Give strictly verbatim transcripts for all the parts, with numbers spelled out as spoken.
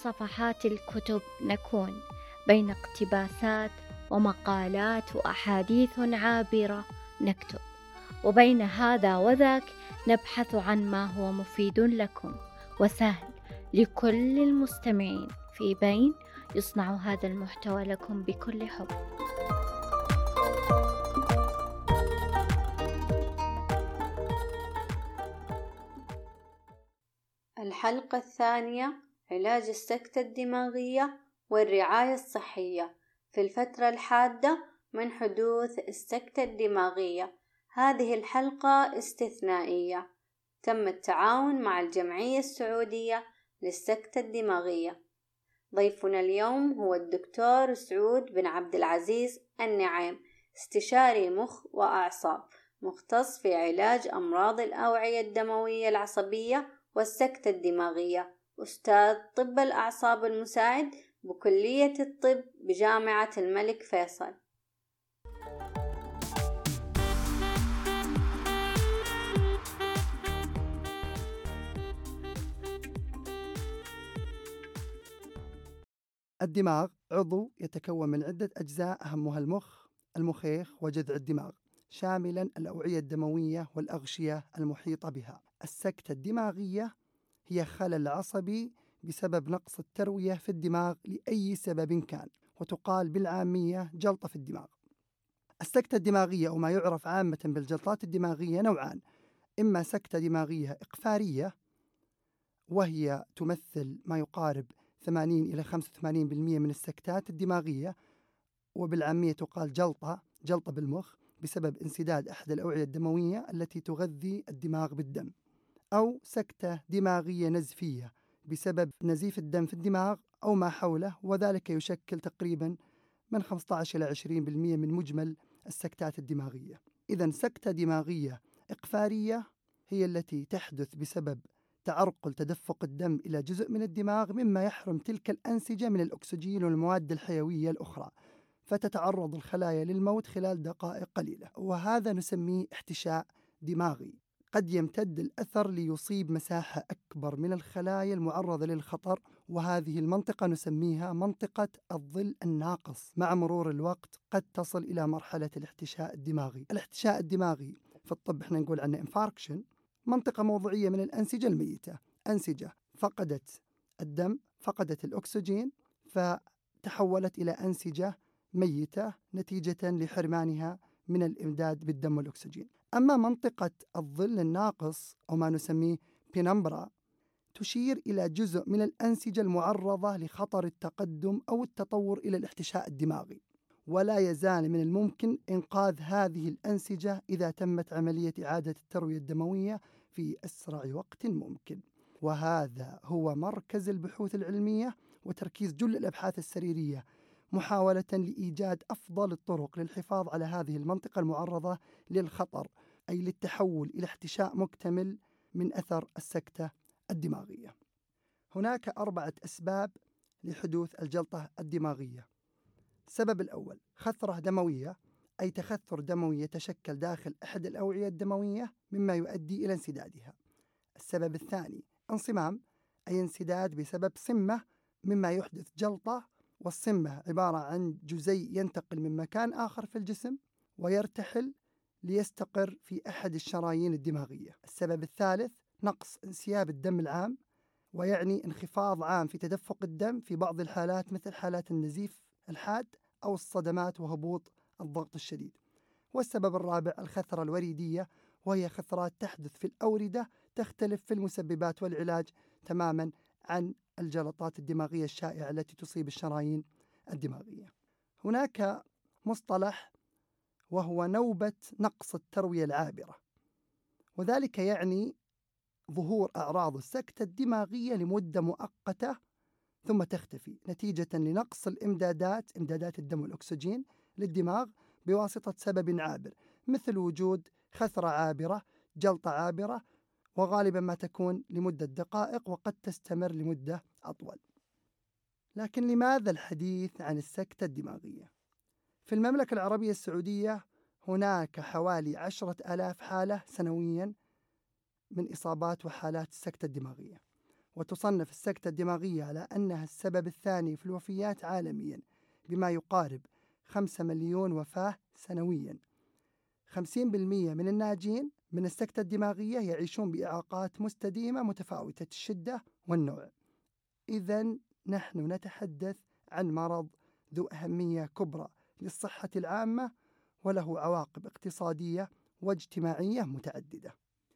صفحات الكتب نكون، بين اقتباسات ومقالات وأحاديث عابرة نكتب، وبين هذا وذاك نبحث عن ما هو مفيد لكم وسهل لكل المستمعين، في بين يصنع هذا المحتوى لكم بكل حب. الحلقة الثانية: علاج السكتة الدماغية والرعاية الصحية في الفترة الحادة من حدوث السكتة الدماغية. هذه الحلقة استثنائية، تم التعاون مع الجمعية السعودية للسكتة الدماغية. ضيفنا اليوم هو الدكتور سعود بن عبد العزيز النعيم، استشاري مخ وأعصاب، مختص في علاج أمراض الأوعية الدموية العصبية والسكتة الدماغية، أستاذ طب الأعصاب المساعد بكلية الطب بجامعة الملك فيصل. الدماغ عضو يتكون من عدة أجزاء أهمها المخ، المخيخ وجذع الدماغ، شاملا الأوعية الدموية والأغشية المحيطة بها. السكتة الدماغية هي خلل عصبي بسبب نقص التروية في الدماغ لأي سبب كان، وتقال بالعامية جلطة في الدماغ. السكتة الدماغية أو ما يعرف عامة بالجلطات الدماغية نوعان: إما سكتة دماغية إقفارية، وهي تمثل ما يقارب ثمانين إلى خمسة وثمانين بالمئة من السكتات الدماغية، وبالعامية تقال جلطة جلطة بالمخ بسبب انسداد أحد الأوعية الدموية التي تغذي الدماغ بالدم. أو سكتة دماغية نزفية بسبب نزيف الدم في الدماغ أو ما حوله، وذلك يشكل تقريبا من خمسة عشر إلى عشرين بالمئة من مجمل السكتات الدماغية. إذن سكتة دماغية إقفارية هي التي تحدث بسبب تعرقل تدفق الدم إلى جزء من الدماغ، مما يحرم تلك الأنسجة من الأكسجين والمواد الحيوية الأخرى، فتتعرض الخلايا للموت خلال دقائق قليلة، وهذا نسميه احتشاء دماغي. قد يمتد الأثر ليصيب مساحة أكبر من الخلايا المعرضة للخطر، وهذه المنطقة نسميها منطقة الظل الناقص. مع مرور الوقت قد تصل إلى مرحلة الاحتشاء الدماغي. الاحتشاء الدماغي في الطب احنا نقول عنه انفاركشن، منطقة موضعية من الأنسجة الميتة، أنسجة فقدت الدم، فقدت الأكسجين، فتحولت إلى أنسجة ميتة نتيجة لحرمانها من الإمداد بالدم والأكسجين. أما منطقة الظل الناقص أو ما نسميه بينمبرا تشير إلى جزء من الأنسجة المعرضة لخطر التقدم أو التطور إلى الاحتشاء الدماغي، ولا يزال من الممكن إنقاذ هذه الأنسجة إذا تمت عملية إعادة التروية الدموية في أسرع وقت ممكن. وهذا هو مركز البحوث العلمية وتركيز جل الأبحاث السريرية، محاولة لإيجاد أفضل الطرق للحفاظ على هذه المنطقة المعرضة للخطر، أي للتحول إلى احتشاء مكتمل من أثر السكتة الدماغية. هناك أربعة أسباب لحدوث الجلطة الدماغية. السبب الأول خثرة دموية، أي تخثر دموي يتشكل داخل أحد الأوعية الدموية مما يؤدي إلى انسدادها. السبب الثاني انصمام، أي انسداد بسبب صمة مما يحدث جلطة، والصمة عبارة عن جزيء ينتقل من مكان آخر في الجسم ويرتحل ليستقر في أحد الشرايين الدماغية. السبب الثالث نقص انسياب الدم العام، ويعني انخفاض عام في تدفق الدم في بعض الحالات مثل حالات النزيف الحاد أو الصدمات وهبوط الضغط الشديد. والسبب الرابع الخثرة الوريدية، وهي خثرات تحدث في الأوردة تختلف في المسببات والعلاج تماما عن الجلطات الدماغية الشائعة التي تصيب الشرايين الدماغية. هناك مصطلح وهو نوبة نقص التروية العابرة، وذلك يعني ظهور أعراض السكتة الدماغية لمدة مؤقتة ثم تختفي نتيجة لنقص الإمدادات إمدادات الدم والأكسجين للدماغ بواسطة سبب عابر، مثل وجود خثرة عابرة، جلطة عابرة، وغالبا ما تكون لمدة دقائق وقد تستمر لمدة أطول. لكن لماذا الحديث عن السكتة الدماغية؟ في المملكة العربية السعودية هناك حوالي عشرة آلاف حالة سنويا من إصابات وحالات السكتة الدماغية، وتصنف السكتة الدماغية على أنها السبب الثاني في الوفيات عالميا بما يقارب خمسة مليون وفاة سنويا. خمسين بالمئة من الناجين من السكتة الدماغية يعيشون بإعاقات مستديمة متفاوتة الشدة والنوع. إذن نحن نتحدث عن مرض ذو أهمية كبرى للصحة العامة وله عواقب اقتصادية واجتماعية متعددة.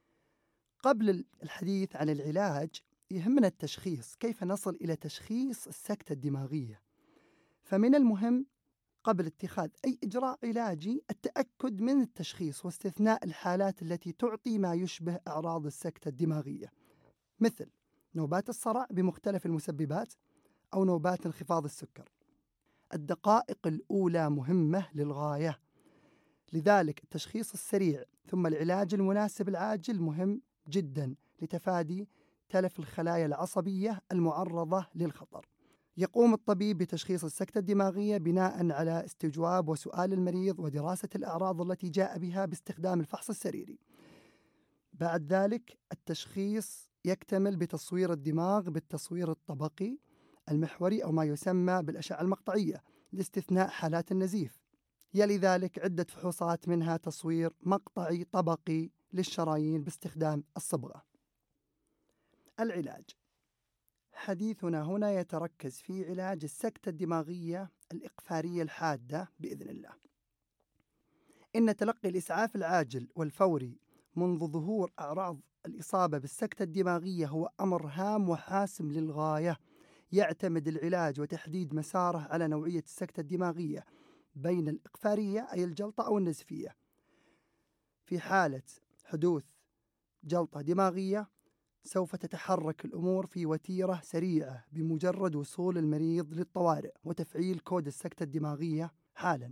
قبل الحديث عن العلاج يهمنا التشخيص، كيف نصل إلى تشخيص السكتة الدماغية. فمن المهم قبل اتخاذ أي إجراء علاجي التأكد من التشخيص واستثناء الحالات التي تعطي ما يشبه أعراض السكتة الدماغية، مثل نوبات الصرع بمختلف المسببات أو نوبات انخفاض السكر. الدقائق الأولى مهمة للغاية، لذلك التشخيص السريع ثم العلاج المناسب العاجل مهم جدا لتفادي تلف الخلايا العصبية المعرضة للخطر. يقوم الطبيب بتشخيص السكتة الدماغية بناء على استجواب وسؤال المريض ودراسة الأعراض التي جاء بها باستخدام الفحص السريري. بعد ذلك التشخيص يكتمل بتصوير الدماغ بالتصوير الطبقي المحوري أو ما يسمى بالأشعة المقطعية لاستثناء حالات النزيف. يلي ذلك عدة فحوصات منها تصوير مقطعي طبقي للشرايين باستخدام الصبغة. العلاج. حديثنا هنا يتركز في علاج السكتة الدماغية الإقفارية الحادة بإذن الله. إن تلقي الإسعاف العاجل والفوري منذ ظهور أعراض الإصابة بالسكتة الدماغية هو أمر هام وحاسم للغاية. يعتمد العلاج وتحديد مساره على نوعية السكتة الدماغية بين الإقفارية أي الجلطة أو النزفية. في حالة حدوث جلطة دماغية سوف تتحرك الأمور في وتيرة سريعة بمجرد وصول المريض للطوارئ وتفعيل كود السكتة الدماغية حالا.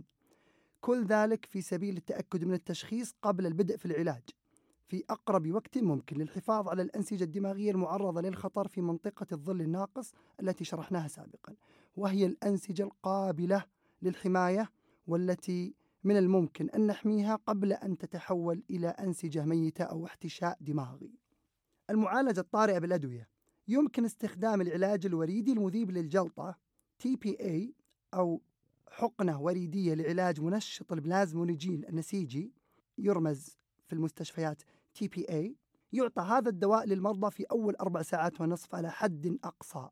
كل ذلك في سبيل التأكد من التشخيص قبل البدء في العلاج في أقرب وقت ممكن للحفاظ على الأنسجة الدماغية المعرضة للخطر في منطقة الظل الناقص التي شرحناها سابقا، وهي الأنسجة القابلة للحماية والتي من الممكن أن نحميها قبل أن تتحول إلى أنسجة ميتة أو احتشاء دماغي. المعالجة الطارئة بالأدوية. يمكن استخدام العلاج الوريدي المذيب للجلطة تي بي إيه أو حقنة وريدية لعلاج منشط البلازمونيجين النسيجي يرمز في المستشفيات تي بي إيه. يعطى هذا الدواء للمرضى في أول أربع ساعات ونصف على حد أقصى.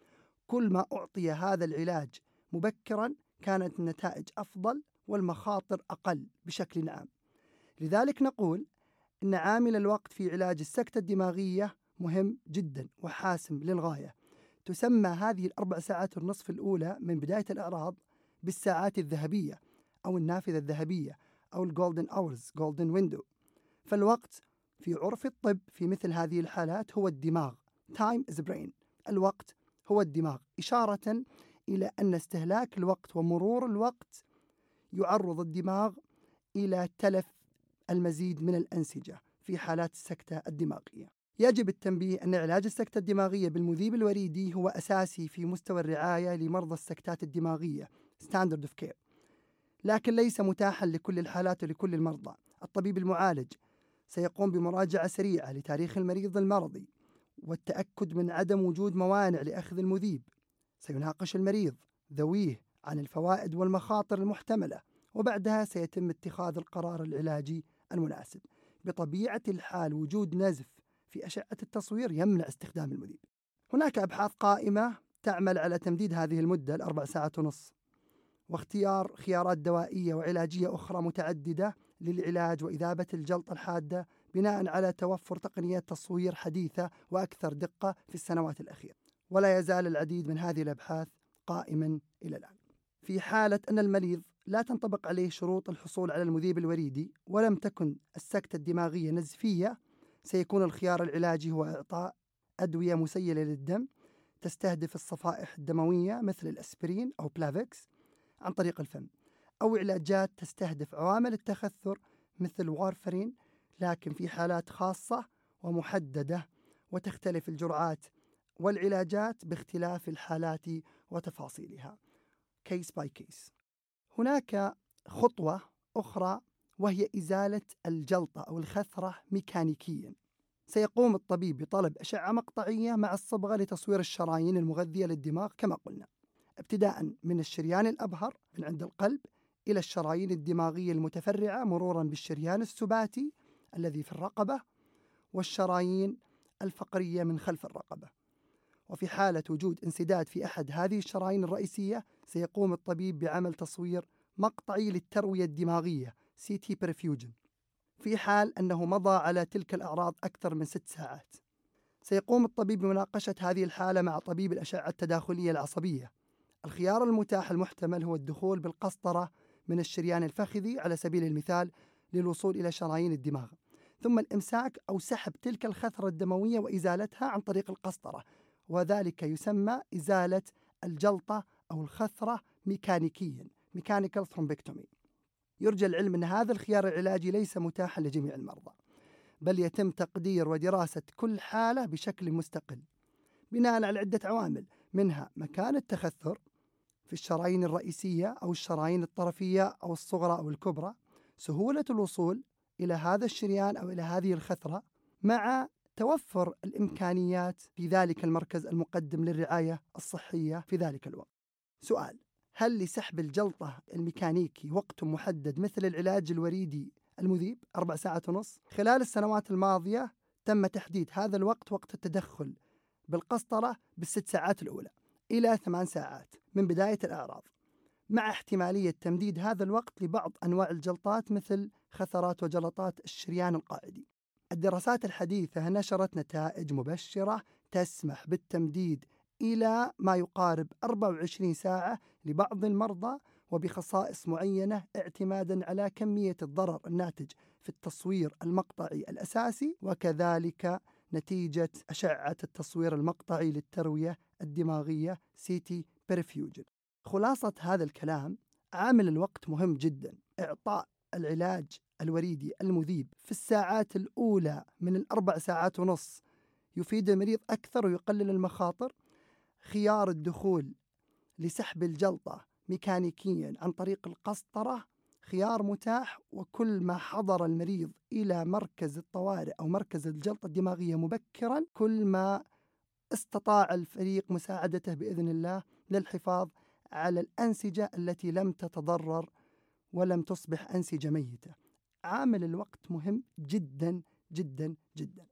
كل ما أعطي هذا العلاج مبكرا كانت النتائج أفضل والمخاطر أقل بشكل عام. لذلك نقول إن عامل الوقت في علاج السكتة الدماغية مهم جدا وحاسم للغاية. تسمى هذه الأربع ساعات النصف الأولى من بداية الأعراض بالساعات الذهبية أو النافذة الذهبية أو الجولدن أورز جولدن ويندو. فالوقت في عرف الطب في مثل هذه الحالات هو الدماغ. time is brain. الوقت هو الدماغ، إشارة إلى أن استهلاك الوقت ومرور الوقت يعرض الدماغ إلى تلف المزيد من الأنسجة في حالات السكتة الدماغية. يجب التنبيه أن علاج السكتة الدماغية بالمذيب الوريدي هو أساسي في مستوى الرعاية لمرضى السكتات الدماغية standard of care، لكن ليس متاحا لكل الحالات ولكل المرضى. الطبيب المعالج سيقوم بمراجعة سريعة لتاريخ المريض المرضي والتأكد من عدم وجود موانع لأخذ المذيب. سيناقش المريض ذويه عن الفوائد والمخاطر المحتملة، وبعدها سيتم اتخاذ القرار العلاجي المناسب. بطبيعة الحال وجود نزف في أشعة التصوير يمنع استخدام المذيب. هناك أبحاث قائمة تعمل على تمديد هذه المدة لأربع ساعات ونص، واختيار خيارات دوائية وعلاجية أخرى متعددة للعلاج وإذابة الجلطة الحادة بناء على توفر تقنيات تصوير حديثة وأكثر دقة في السنوات الأخيرة. ولا يزال العديد من هذه الأبحاث قائما إلى الآن. في حالة أن المريض لا تنطبق عليه شروط الحصول على المذيب الوريدي ولم تكن السكتة الدماغية نزفية، سيكون الخيار العلاجي هو إعطاء أدوية مسيلة للدم تستهدف الصفائح الدموية مثل الأسبرين أو بلافيكس عن طريق الفم، أو علاجات تستهدف عوامل التخثر مثل وارفرين، لكن في حالات خاصة ومحددة، وتختلف الجرعات والعلاجات باختلاف الحالات وتفاصيلها كيس باي كيس. هناك خطوة أخرى وهي إزالة الجلطة أو الخثرة ميكانيكيا. سيقوم الطبيب بطلب أشعة مقطعية مع الصبغة لتصوير الشرايين المغذية للدماغ كما قلنا، ابتداء من الشريان الأبهر من عند القلب إلى الشرايين الدماغية المتفرعة مرورا بالشريان السباتي الذي في الرقبة والشرايين الفقرية من خلف الرقبة. وفي حالة وجود انسداد في أحد هذه الشرايين الرئيسية سيقوم الطبيب بعمل تصوير مقطعي للتروية الدماغية سي تي برفيوجن في حال أنه مضى على تلك الأعراض أكثر من ست ساعات. سيقوم الطبيب بمناقشة هذه الحالة مع طبيب الأشعة التداخلية العصبية. الخيار المتاح المحتمل هو الدخول بالقسطرة من الشريان الفخذي على سبيل المثال للوصول إلى شرايين الدماغ، ثم الإمساك أو سحب تلك الخثرة الدموية وإزالتها عن طريق القسطرة، وذلك يسمى إزالة الجلطة أو الخثرة ميكانيكيا ميكانيكال ثرومبكتومي. يرجى العلم أن هذا الخيار العلاجي ليس متاحا لجميع المرضى، بل يتم تقدير ودراسة كل حالة بشكل مستقل بناء على عدة عوامل، منها مكان التخثر في الشرايين الرئيسية أو الشرايين الطرفية أو الصغرى أو الكبرى، سهولة الوصول إلى هذا الشريان أو إلى هذه الخثرة، مع توفر الإمكانيات في ذلك المركز المقدم للرعاية الصحية في ذلك الوقت. سؤال: هل لسحب الجلطة الميكانيكي وقت محدد مثل العلاج الوريدي المذيب أربع ساعات ونص؟ خلال السنوات الماضية تم تحديد هذا الوقت وقت التدخل بالقسطرة بالست ساعات الأولى إلى ثمان ساعات من بداية الأعراض، مع احتمالية تمديد هذا الوقت لبعض أنواع الجلطات مثل خثرات وجلطات الشريان القاعدي. الدراسات الحديثة نشرت نتائج مبشرة تسمح بالتمديد إلى ما يقارب أربع وعشرين ساعة لبعض المرضى وبخصائص معينة اعتمادا على كمية الضرر الناتج في التصوير المقطعي الأساسي وكذلك نتيجة أشعة التصوير المقطعي للتروية الدماغية سي تي برفيوجن. خلاصة هذا الكلام: عامل الوقت مهم جدا. إعطاء العلاج الوريدي المذيب في الساعات الأولى من الأربع ساعات ونص يفيد المريض أكثر ويقلل المخاطر. خيار الدخول لسحب الجلطة ميكانيكيا عن طريق القسطرة خيار متاح، وكل ما حضر المريض إلى مركز الطوارئ أو مركز الجلطة الدماغية مبكرا كل ما استطاع الفريق مساعدته بإذن الله للحفاظ على الأنسجة التي لم تتضرر ولم تصبح أنسجة ميتة. عامل الوقت مهم جدا جدا جدا.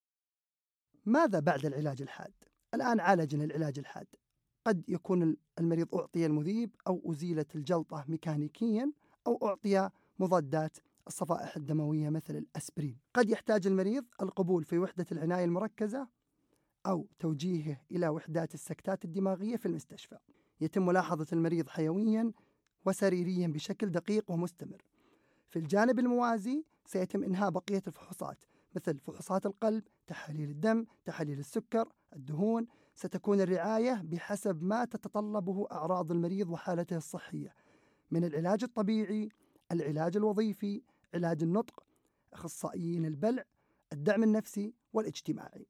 ماذا بعد العلاج الحاد؟ الآن عالجنا العلاج الحاد، قد يكون المريض أعطي المذيب أو أزيلت الجلطة ميكانيكيا أو أعطي مضادات الصفائح الدموية مثل الأسبرين. قد يحتاج المريض القبول في وحدة العناية المركزة أو توجيهه إلى وحدات السكتات الدماغية في المستشفى. يتم ملاحظة المريض حيويا وسريريا بشكل دقيق ومستمر. في الجانب الموازي سيتم إنهاء بقية الفحوصات مثل فحوصات القلب، تحاليل الدم، تحاليل السكر، الدهون. ستكون الرعاية بحسب ما تتطلبه أعراض المريض وحالته الصحية، من العلاج الطبيعي، العلاج الوظيفي، علاج النطق، أخصائيين البلع، الدعم النفسي والاجتماعي.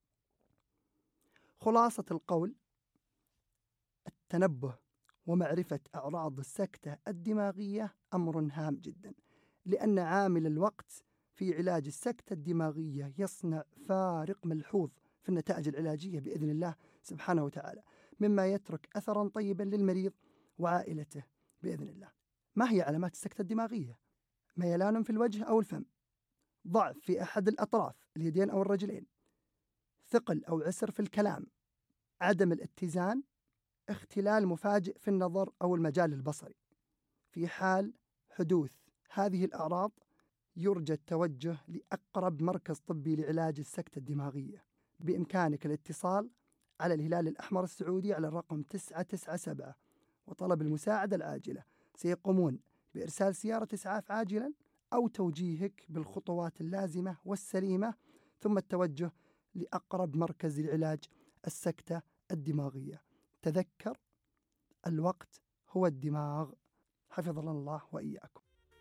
خلاصة القول: التنبه ومعرفة أعراض السكتة الدماغية أمر هام جدا، لأن عامل الوقت في علاج السكتة الدماغية يصنع فارق ملحوظ في النتائج العلاجية بإذن الله سبحانه وتعالى، مما يترك أثرا طيبا للمريض وعائلته بإذن الله. ما هي علامات السكتة الدماغية؟ ميلان في الوجه أو الفم، ضعف في أحد الأطراف اليدين أو الرجلين، ثقل أو عسر في الكلام، عدم الاتزان، اختلال مفاجئ في النظر أو المجال البصري. في حال حدوث هذه الأعراض يرجى التوجه لأقرب مركز طبي لعلاج السكتة الدماغية. بإمكانك الاتصال على الهلال الأحمر السعودي على الرقم تسعة تسعة سبعة وطلب المساعدة العاجلة. سيقومون بإرسال سيارة إسعاف عاجلا أو توجيهك بالخطوات اللازمة والسليمة، ثم التوجه لأقرب مركز لعلاج السكتة الدماغية. تذكر، الوقت هو الدماغ. حفظنا الله وإياكم.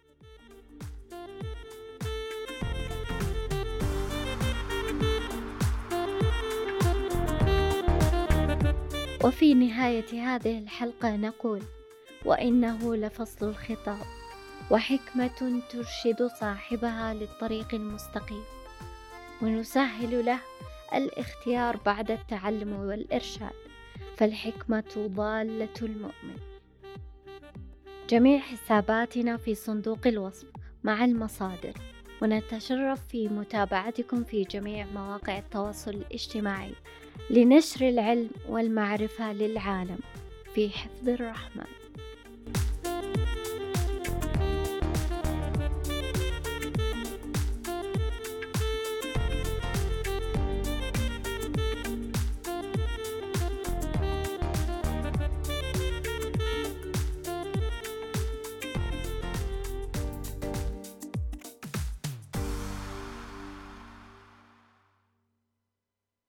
وفي نهاية هذه الحلقة نقول: وإنه لفصل الخطاب وحكمة ترشد صاحبها للطريق المستقيم، ونسهل له الاختيار بعد التعلم والإرشاد، فالحكمة ضالة المؤمن. جميع حساباتنا في صندوق الوصف مع المصادر، ونتشرف في متابعتكم في جميع مواقع التواصل الاجتماعي لنشر العلم والمعرفة للعالم في حفظ الرحمن.